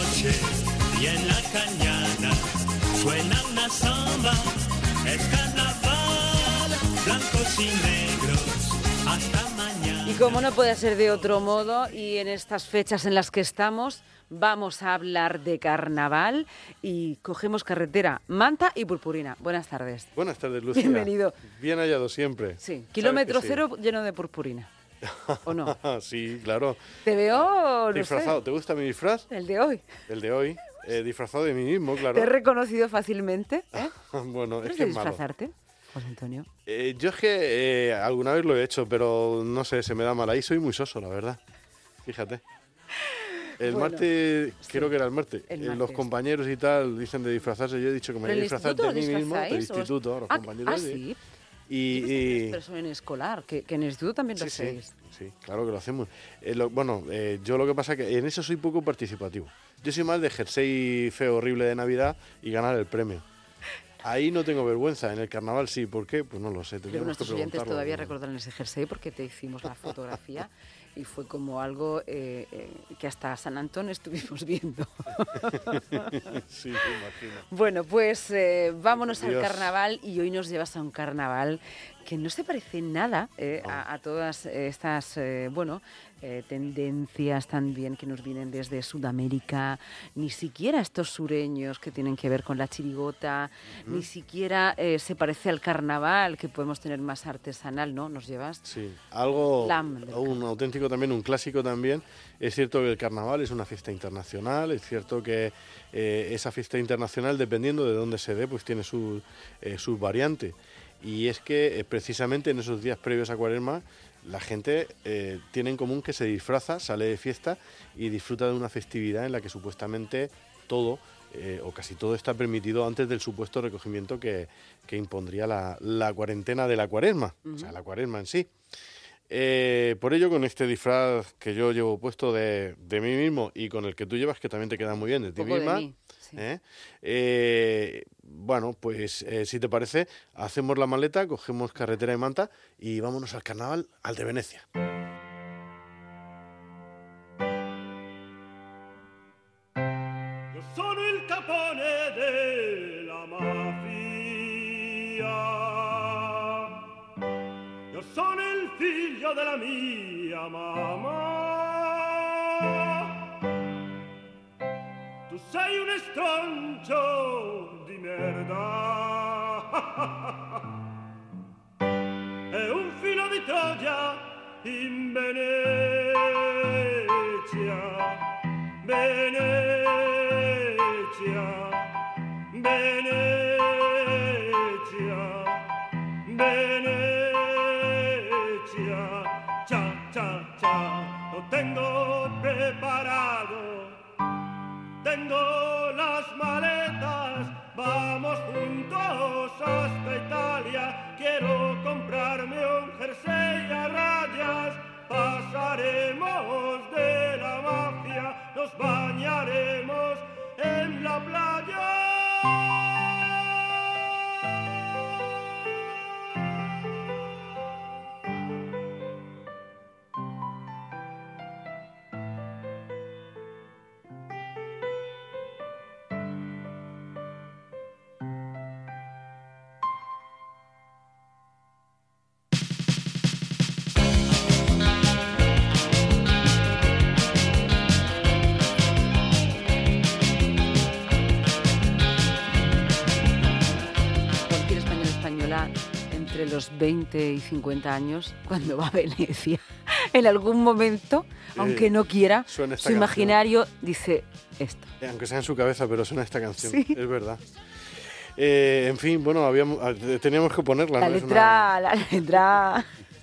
noche y en la cañada suena una samba, es carnaval, blancos y negros, hasta mañana. Y como no puede ser de otro modo, y en estas fechas en las que estamos, vamos a hablar de carnaval y cogemos carretera, Manta y Purpurina. Buenas tardes. Buenas tardes, Lucía. Bienvenido. Bien hallado siempre. Sí, kilómetro Sí. cero lleno de purpurina. ¿O no? Sí, claro. Te veo, no Disfrazado. sé, ¿Te gusta mi disfraz? el de hoy. El de hoy. Disfrazado de mí mismo, claro. Te he reconocido fácilmente. ¿Eh? Bueno, ¿Quieres es que es malo. disfrazarte, José Antonio? Yo es que alguna vez lo he hecho, pero no sé, se me da mal. Ahí soy muy soso, la verdad. Fíjate. El Bueno, martes, sí. creo que era el martes. El Los martes. compañeros y tal dicen de disfrazarse. Yo he dicho que me ¿Pero voy a el disfrazar instituto de os mí mismo, del disfrazáis? instituto, los compañeros. Sí. Y Pero eso en escolar, que en el instituto también lo sí, hacéis. sí, claro que lo hacemos. Yo lo que pasa es que en eso soy poco participativo. Yo soy más de jersey feo horrible de Navidad y ganar el premio. Ahí no tengo vergüenza, en el carnaval sí. ¿Por qué? Pues no lo sé, Creo que tendríamos que nuestros oyentes preguntarlo. todavía recordarán ese jersey porque te hicimos la fotografía y fue como algo que hasta San Antón estuvimos viendo. Sí, me imagino. Bueno, pues vámonos al Dios. carnaval y hoy nos llevas a un carnaval que no se parece nada a todas estas, tendencias también que nos vienen desde Sudamérica, ni siquiera estos sureños que tienen que ver con la chirigota, ni siquiera se parece al carnaval que podemos tener más artesanal, ¿no? ¿Nos llevas? Sí, algo, Lam del un auténtico también, un clásico también. Es cierto que el carnaval es una fiesta internacional, es cierto que esa fiesta internacional, dependiendo de dónde se dé, pues tiene sus variantes. Y es que precisamente en esos días previos a Cuaresma, la gente tiene en común que se disfraza, sale de fiesta y disfruta de una festividad en la que supuestamente todo o casi todo está permitido antes del supuesto recogimiento que impondría la cuarentena de la Cuaresma, o sea, la Cuaresma en sí. Por ello, con este disfraz que yo llevo puesto de mí mismo y con el que tú llevas, que también te queda muy bien, de ti Un poco misma, de mí, sí. si te parece, hacemos la maleta, cogemos carretera de Manta y vámonos al carnaval, al de Venecia. Io sono il capone della mafia, io sono il figlio della mia mamma, tu sei un estroncio di merda e un filo di Troia in Venezia. Venezia, Venezia, Venezia, cha, cha, cha, lo tengo preparado, tengo las maletas, vamos juntos hasta Italia, quiero comprarme un jersey a rayas, pasaremos de la mafia, nos bañaremos en la playa. Cualquier español española entre los 20 y 50 años, cuando va a Venecia, en algún momento, aunque no quiera, suena esta su canción. imaginario dice esto. Aunque sea en su cabeza, pero suena esta canción, Sí. es verdad. En fin, bueno, teníamos que ponerla. La ¿no? Es letra...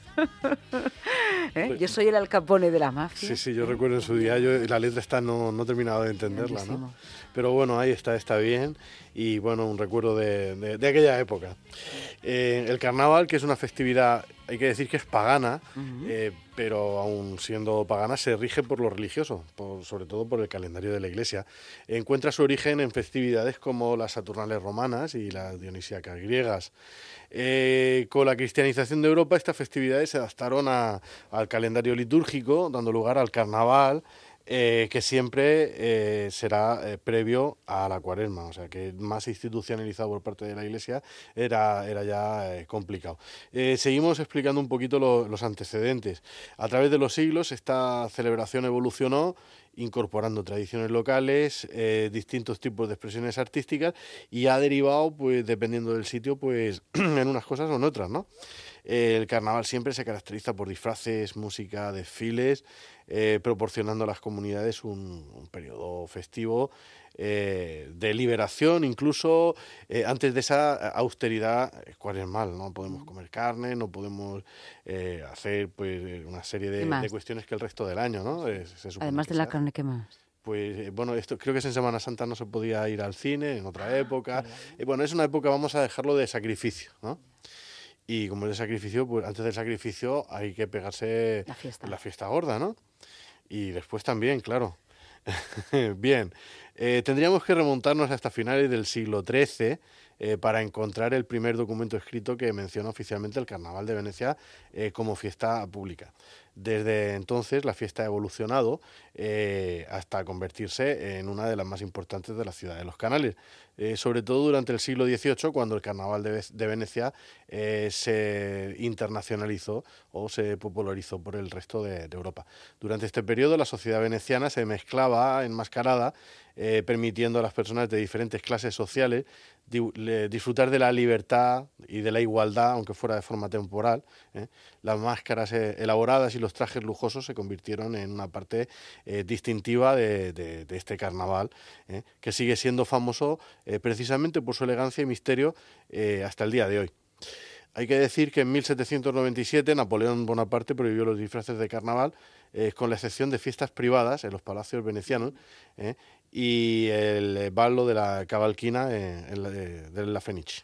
Yo soy el Al Capone de la mafia. Sí, yo recuerdo en su día, la letra esta no terminaba de entenderla, ¿no? Grandísimo. Pero bueno, ahí está bien y bueno, un recuerdo de aquella época. El carnaval, que es una festividad, hay que decir que es pagana, pero aún siendo pagana se rige por lo religioso, sobre todo por el calendario de la Iglesia. Encuentra su origen en festividades como las Saturnales romanas y las dionisíacas griegas. Con la cristianización de Europa, estas festividades se adaptaron al calendario litúrgico, dando lugar al carnaval, que siempre será previo a la Cuaresma, o sea que más institucionalizado por parte de la Iglesia era ya complicado. Seguimos explicando un poquito los antecedentes. A través de los siglos esta celebración evolucionó incorporando tradiciones locales, distintos tipos de expresiones artísticas y ha derivado, pues dependiendo del sitio, pues en unas cosas o en otras, ¿no? El carnaval siempre se caracteriza por disfraces, música, desfiles, proporcionando a las comunidades un periodo festivo de liberación, incluso antes de esa austeridad cuaresmal. No podemos comer carne, no podemos hacer pues una serie de cuestiones que el resto del año, ¿no? Además de la carne, ¿qué más? Pues bueno, esto creo que es en Semana Santa, no se podía ir al cine, en otra época. Bueno, es una época, vamos a dejarlo de sacrificio, ¿no? Y como es de sacrificio, pues antes del sacrificio hay que pegarse la fiesta gorda, ¿no? Y después también, claro. Bien, tendríamos que remontarnos hasta finales del siglo XIII para encontrar el primer documento escrito que menciona oficialmente el Carnaval de Venecia como fiesta pública. Desde entonces la fiesta ha evolucionado hasta convertirse en una de las más importantes de la ciudad de los canales, sobre todo durante el siglo XVIII, cuando el Carnaval de Venecia se internacionalizó o se popularizó por el resto de Europa. Durante este periodo la sociedad veneciana se mezclaba enmascarada, permitiendo a las personas de diferentes clases sociales disfrutar de la libertad y de la igualdad, aunque fuera de forma temporal. Las máscaras elaboradas y los trajes lujosos se convirtieron en una parte distintiva de este carnaval, que sigue siendo famoso precisamente por su elegancia y misterio hasta el día de hoy. Hay que decir que en 1797 Napoleón Bonaparte prohibió los disfraces de carnaval, con la excepción de fiestas privadas en los palacios venecianos y el ballo de la cavalquina de la Fenice.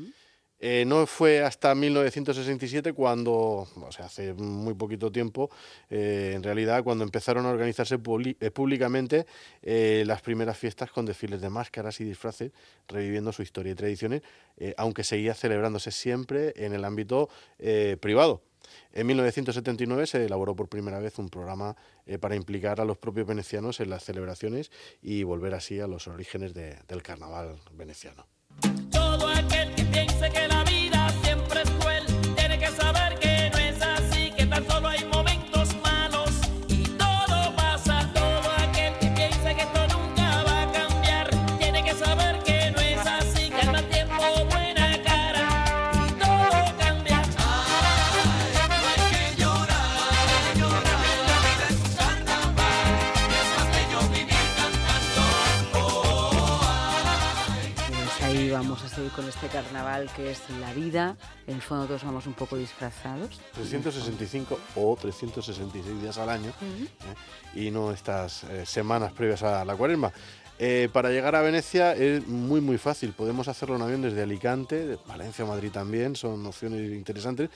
No fue hasta 1967 cuando, o sea, hace muy poquito tiempo, en realidad, cuando empezaron a organizarse públicamente las primeras fiestas con desfiles de máscaras y disfraces, reviviendo su historia y tradiciones, aunque seguía celebrándose siempre en el ámbito privado. En 1979 se elaboró por primera vez un programa para implicar a los propios venecianos en las celebraciones y volver así a los orígenes del carnaval veneciano. Todo aquel que piense que la vida siempre es cruel tiene que saber que no es así, que tan solo hay momentos malos y todo pasa. Todo aquel que piense que esto nunca va a cambiar tiene que saber que no es así, que al mal tiempo buena cara y todo cambia. Ay, no hay que llorar, la vida es un carnaval, es más bello vivir cantando. Ahí vamos a seguir con este carnaval que es la vida. En el fondo todos vamos un poco disfrazados. 365 o 366 días al año, y no estas semanas previas a la Cuaresma. Para llegar a Venecia es muy muy fácil, podemos hacerlo en avión desde Alicante, de Valencia o Madrid también, son opciones interesantes,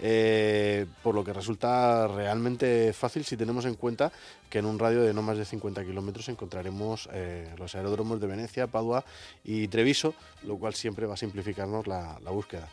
por lo que resulta realmente fácil si tenemos en cuenta que en un radio de no más de 50 kilómetros encontraremos los aeródromos de Venecia, Padua y Treviso, lo cual siempre va a simplificarnos la búsqueda.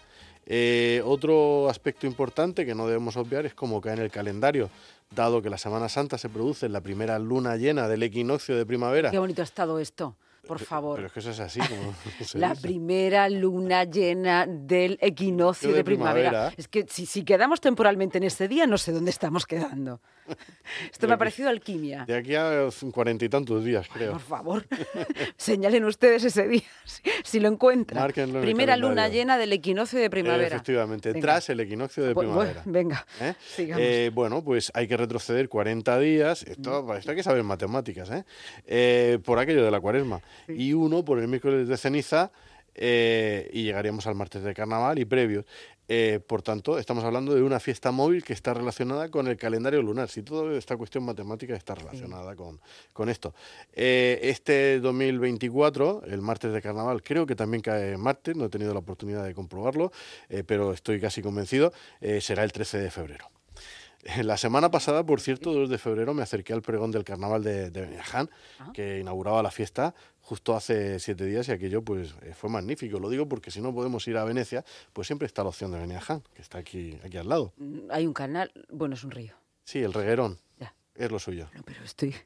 Otro aspecto importante que no debemos obviar es cómo cae en el calendario, dado que la Semana Santa se produce en la primera luna llena del equinoccio de primavera. Qué bonito ha estado esto, por favor. Pero es que eso es así. Como la dice. Primera luna llena del equinoccio de primavera. Es que si quedamos temporalmente en ese día, no sé dónde estamos quedando. Esto me ha parecido alquimia. De aquí a 40 y tantos días, creo. Por favor, señalen ustedes ese día, si lo encuentran. Márquenlo en el Primera calendario. Luna llena del equinoccio de primavera. Efectivamente, Venga. tras el equinoccio de primavera. Venga, sigamos. Bueno, pues hay que retroceder 40 días, esto hay que saber matemáticas, por aquello de la Cuaresma, y uno por el miércoles de ceniza, y llegaríamos al martes de carnaval y previos. Por tanto, estamos hablando de una fiesta móvil que está relacionada con el calendario lunar. Si toda esta cuestión matemática está relacionada con esto. Este 2024, el martes de carnaval, creo que también cae martes, no he tenido la oportunidad de comprobarlo, pero estoy casi convencido, será el 13 de febrero. La semana pasada, por cierto, 2 de febrero, me acerqué al pregón del carnaval de Beniaján, que inauguraba la fiesta justo hace 7 días, y aquello pues fue magnífico. Lo digo porque si no podemos ir a Venecia, pues siempre está la opción de Beniaján, que está aquí al lado. Hay un canal, bueno, es un río. Sí, el Reguerón. Ya. Es lo suyo. No, pero estoy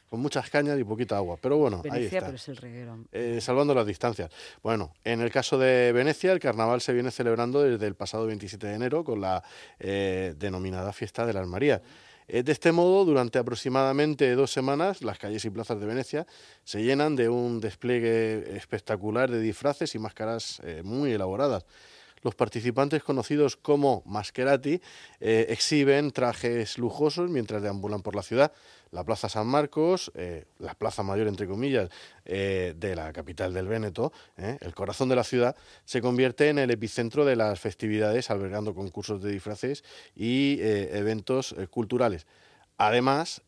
con muchas cañas y poquita agua. Pero bueno, ahí Venecia, está. pero es el reguero. Salvando las distancias. Bueno, en el caso de Venecia, el carnaval se viene celebrando desde el pasado 27 de enero con la denominada Fiesta de las Marías. De este modo, durante aproximadamente 2 semanas, las calles y plazas de Venecia se llenan de un despliegue espectacular de disfraces y máscaras muy elaboradas. Los participantes, conocidos como mascherati, exhiben trajes lujosos mientras deambulan por la ciudad. La Plaza San Marcos, la plaza mayor, entre comillas, de la capital del Véneto, el corazón de la ciudad, se convierte en el epicentro de las festividades, albergando concursos de disfraces y eventos culturales. Además,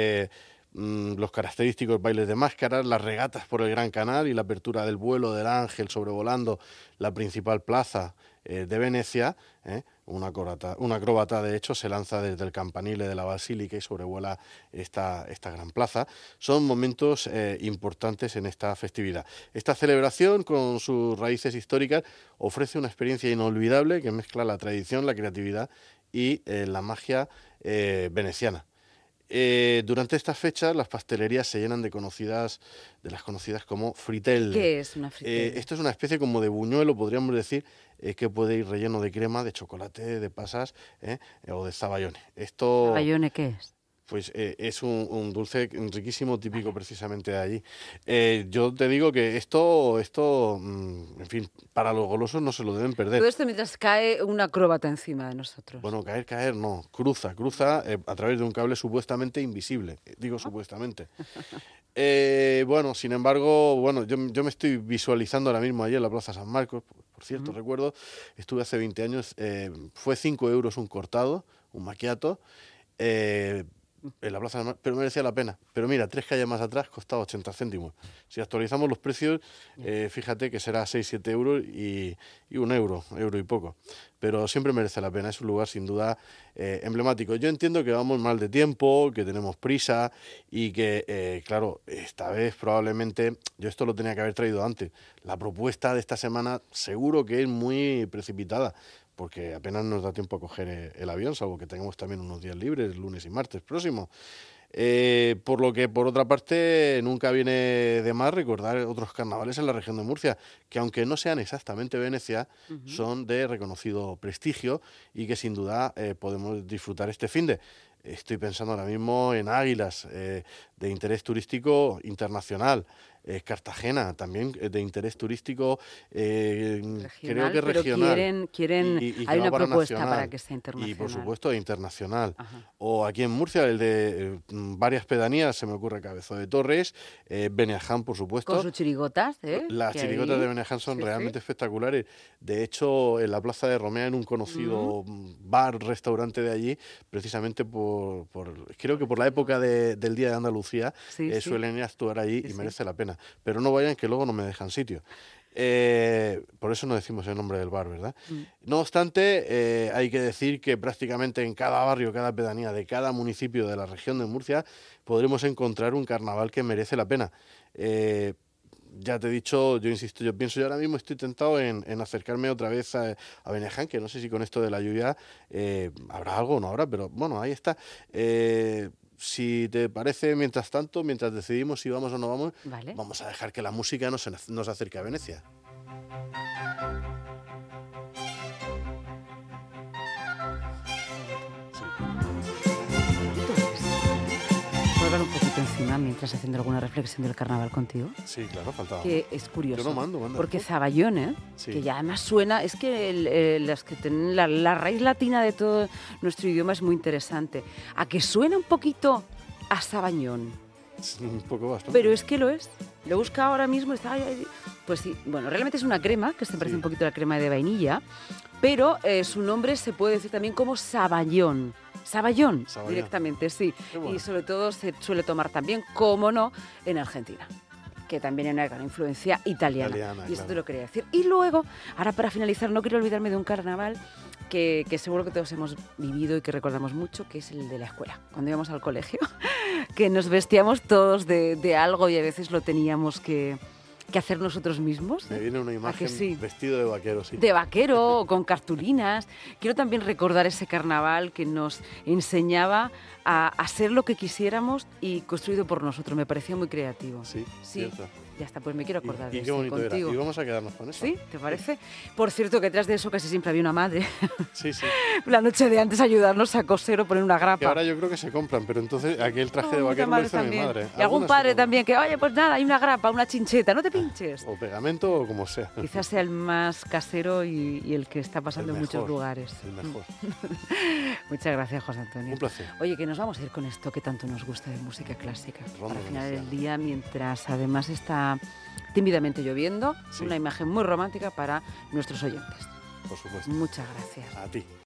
los característicos bailes de máscaras, las regatas por el Gran Canal y la apertura del vuelo del Ángel sobrevolando la principal plaza de Venecia, una acróbata de hecho se lanza desde el campanile de la Basílica y sobrevuela esta gran plaza. Son momentos importantes en esta festividad. Esta celebración, con sus raíces históricas, ofrece una experiencia inolvidable que mezcla la tradición, la creatividad y la magia veneciana. Durante estas fechas las pastelerías se llenan de las conocidas como fritelle. ¿Qué es una fritelle? Esto es una especie como de buñuelo, podríamos decir, que puede ir relleno de crema, de chocolate, de pasas o de zabaione. ¿Zabaione qué es? Pues es un dulce riquísimo, típico precisamente de allí. Yo te digo que esto, en fin, para los golosos no se lo deben perder. Todo esto mientras cae una acróbata encima de nosotros. Bueno, caer no, cruza a través de un cable supuestamente invisible, digo supuestamente. Bueno, sin embargo, yo me estoy visualizando ahora mismo allí en la Plaza San Marcos, por cierto, recuerdo, estuve hace 20 años, fue 5 euros un cortado, un macchiato, en la Plaza San Marcos, pero merecía la pena. Pero mira, 3 calles más atrás costaba 80 céntimos. Si actualizamos los precios, fíjate que será 6-7 euros y 1 euro y poco. Pero siempre merece la pena, es un lugar sin duda emblemático. Yo entiendo que vamos mal de tiempo, que tenemos prisa y que, claro, esta vez probablemente, yo esto lo tenía que haber traído antes. La propuesta de esta semana seguro que es muy precipitada, porque apenas nos da tiempo a coger el avión, salvo que tengamos también unos días libres, lunes y martes próximos. Por lo que, por otra parte, nunca viene de más recordar otros carnavales en la región de Murcia, que aunque no sean exactamente Venecia, son de reconocido prestigio y que sin duda podemos disfrutar este finde. Estoy pensando ahora mismo en Águilas, de interés turístico internacional, Cartagena, también de interés turístico, creo que regional. Quieren y hay una propuesta nacional, para que sea internacional. Y por supuesto internacional. Ajá. O aquí en Murcia, el de varias pedanías, se me ocurre Cabezo de Torres, Beneaján, por supuesto. Con sus chirigotas, Las chirigotas ahí... de Beneaján son realmente espectaculares. De hecho, en la Plaza de Romea, en un conocido bar, restaurante de allí, precisamente creo que por la época del Día de Andalucía, suelen ir a actuar allí y merece la pena. Pero no vayan, que luego no me dejan sitio. Por eso no decimos el nombre del bar, ¿verdad? No obstante, hay que decir que prácticamente en cada barrio, cada pedanía de cada municipio de la región de Murcia podremos encontrar un carnaval que merece la pena. Ya te he dicho, yo insisto, yo pienso, yo ahora mismo estoy tentado en acercarme otra vez a Beneaján, que no sé si con esto de la lluvia habrá algo o no habrá, pero bueno, ahí está. Si te parece, mientras tanto, mientras decidimos si vamos o no vamos, Vale. vamos a dejar que la música nos acerque a Venecia. ¿Puedo hablar un poquito encima mientras haciendo alguna reflexión del carnaval contigo? Sí, claro, faltaba. Que es curioso. Yo no mando. Porque zabaione, Sí. que ya además suena, es que las que tienen la raíz latina de todo nuestro idioma es muy interesante. A que suena un poquito a sabañón. Un poco bastante. Pero es que lo es. Lo he buscado ahora mismo. Pues sí, bueno, realmente es una crema, que se parece un poquito a la crema de vainilla, pero su nombre se puede decir también como saballón. Saballón, directamente, sí. Bueno. Y sobre todo se suele tomar también, como no, en Argentina, que también hay una gran influencia italiana. Y esto te lo quería decir. Y luego, ahora para finalizar, no quiero olvidarme de un carnaval que seguro que todos hemos vivido y que recordamos mucho, que es el de la escuela, cuando íbamos al colegio, que nos vestíamos todos de algo y a veces lo teníamos que que hacer nosotros mismos. Me viene una imagen sí? vestido de vaquero, sí. De vaquero, con cartulinas. Quiero también recordar ese carnaval que nos enseñaba a ser lo que quisiéramos y construido por nosotros. Me parecía muy creativo. Sí, cierto. Ya está, pues me quiero acordar de Y qué eso bonito contigo. era. Y vamos a quedarnos con eso. ¿Sí? ¿Te parece? Por cierto, que detrás de eso casi siempre había una madre. Sí, sí. La noche de antes ayudarnos a coser o poner una grapa. Que ahora yo creo que se compran, pero entonces aquel traje de Muchas vaquero lo madres hizo mi también. madre. Y algún Algunas padre se compran. también que, oye, pues nada, hay una grapa, una chincheta, no te pinches. O pegamento o como sea. Quizás sea el más casero y el que está pasando El en muchos mejor, lugares. El mejor. Muchas gracias, José Antonio. Un placer. Oye, que nos vamos a ir con esto que tanto nos gusta de música clásica. Ronda Al final del veneciana. día, mientras además está tímidamente lloviendo, Sí. una imagen muy romántica para nuestros oyentes. Por supuesto. Muchas gracias. A ti.